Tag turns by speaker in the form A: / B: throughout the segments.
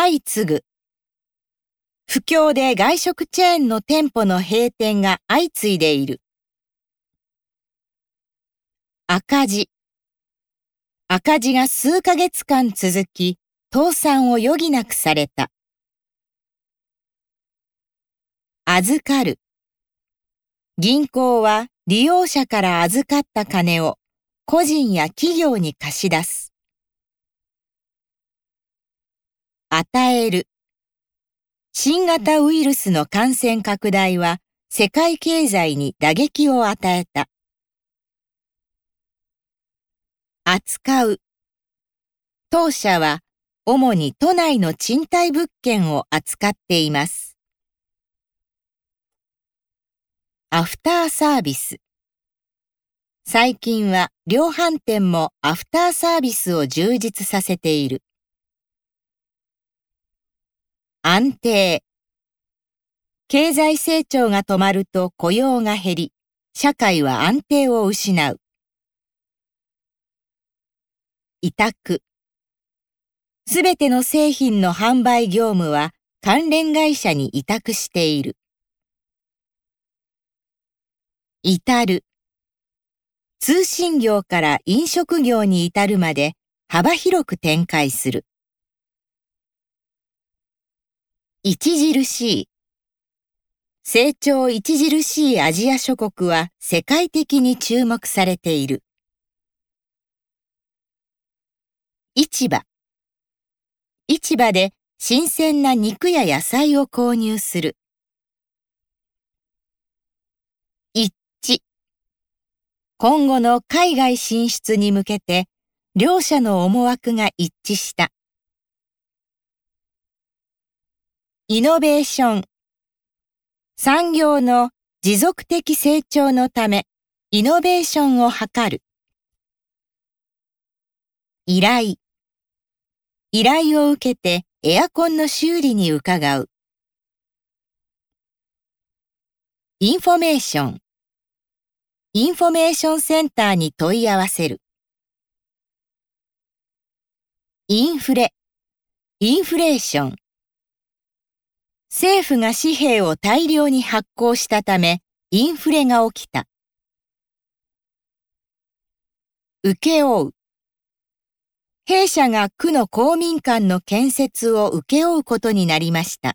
A: 相次ぐ。不況で外食チェーンの店舗の閉店が相次いでいる。赤字。赤字が数ヶ月間続き、倒産を余儀なくされた。預かる。銀行は利用者から預かった金を個人や企業に貸し出す。与える。新型ウイルスの感染拡大は世界経済に打撃を与えた。扱う。当社は主に都内の賃貸物件を扱っています。アフターサービス。最近は量販店もアフターサービスを充実させている。安定。経済成長が止まると雇用が減り、社会は安定を失う。委託。すべての製品の販売業務は関連会社に委託している。至る。通信業から飲食業に至るまで幅広く展開する。著しい。成長著しいアジア諸国は世界的に注目されている。市場。市場で新鮮な肉や野菜を購入する。一致。今後の海外進出に向けて両者の思惑が一致した。イノベーション。産業の持続的成長のためイノベーションを図る。依頼。依頼を受けてエアコンの修理に伺う。インフォメーション。インフォメーションセンターに問い合わせる。インフレ。インフレーション。政府が紙幣を大量に発行したため、インフレが起きた。請け負う。弊社が区の公民館の建設を請け負うことになりました。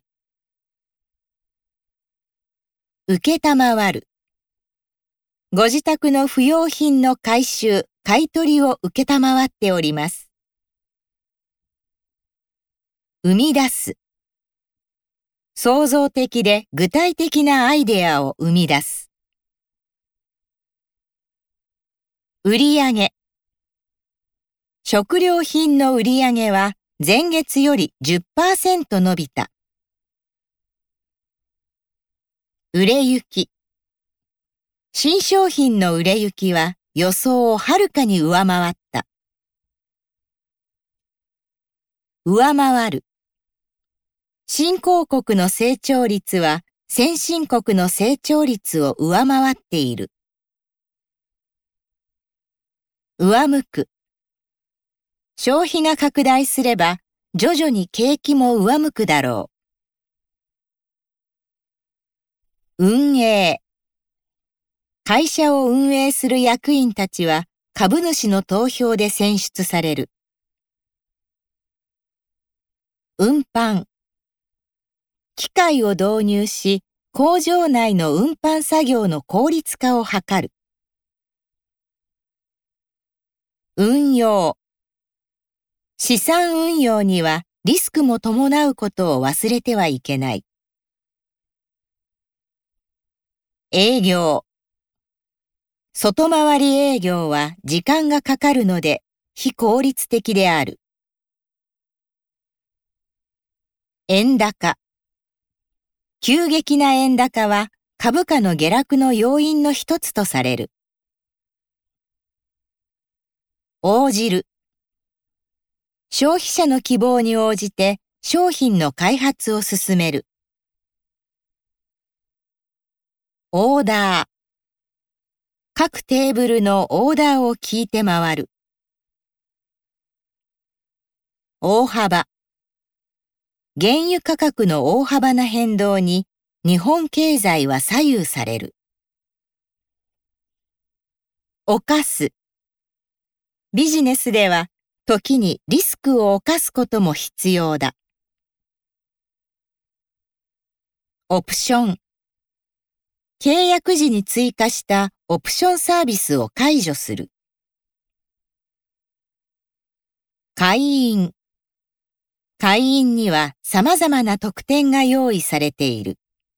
A: 承る。ご自宅の不要品の回収・買い取りを承っております。生み出す。創造的で具体的なアイデアを生み出す。売上。食料品の売上は前月より 10% 伸びた。売れ行き。新商品の売れ行きは予想をはるかに上回った。上回る。新興国の成長率は先進国の成長率を上回っている。上向く。消費が拡大すれば徐々に景気も上向くだろう。運営。会社を運営する役員たちは株主の投票で選出される。運搬。機械を導入し、工場内の運搬作業の効率化を図る。運用。資産運用にはリスクも伴うことを忘れてはいけない。営業。外回り営業は時間がかかるので非効率的である。円高。急激な円高は株価の下落の要因の一つとされる。応じる。消費者の希望に応じて商品の開発を進める。オーダー。各テーブルのオーダーを聞いて回る。大幅。 原油価格の大幅な変動に日本経済は左右される。冒す。ビジネスでは時にリスクを冒すことも必要だ。オプション。契約時に追加したオプションサービスを解除する。会員。会員には様々な特典が用意されている。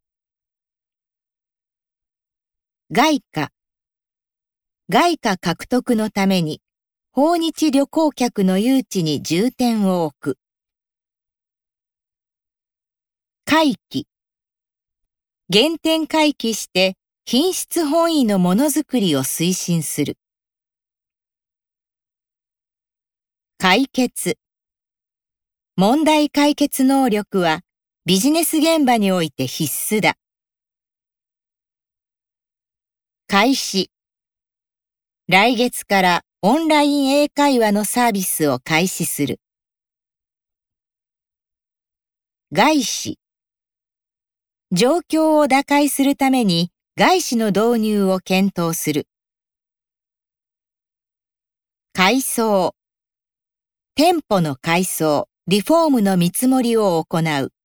A: 外貨。外貨獲得のために訪日旅行客の誘致に重点を置く。回帰。原点回帰して品質本位のものづくりを推進する。解決。問題解決能力はビジネス現場において必須だ。開始。来月からオンライン英会話のサービスを開始する。外資。状況を打開するために外資の導入を検討する。改装。店舗の改装、リフォームの見積もりを行う。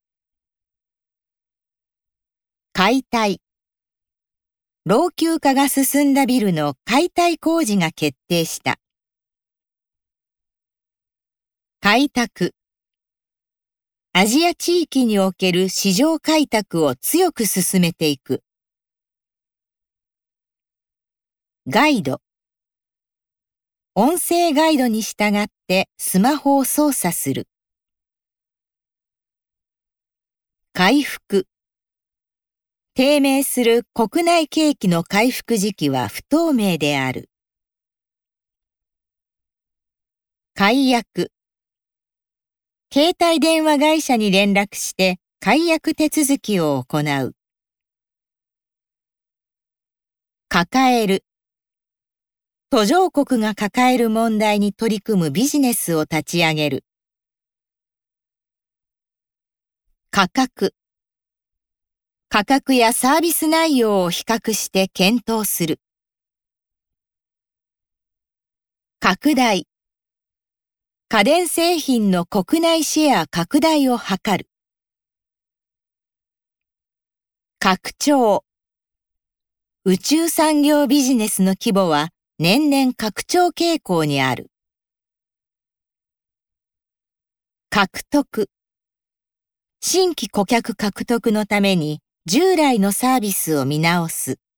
A: 解体。老朽化が進んだビルの解体工事が決定した。開拓。アジア地域における市場開拓を強く進めていく。ガイド。音声ガイドに従ってスマホを操作する。回復。低迷する国内景気の回復時期は不透明である。解約。携帯電話会社に連絡して解約手続きを行う。抱える。途上国が抱える問題に取り組むビジネスを立ち上げる。価格。価格やサービス内容を比較して検討する。拡大。家電製品の国内シェア拡大を図る。拡張。宇宙産業ビジネスの規模は年々拡張傾向にある。獲得。新規顧客獲得のために従来のサービスを見直す。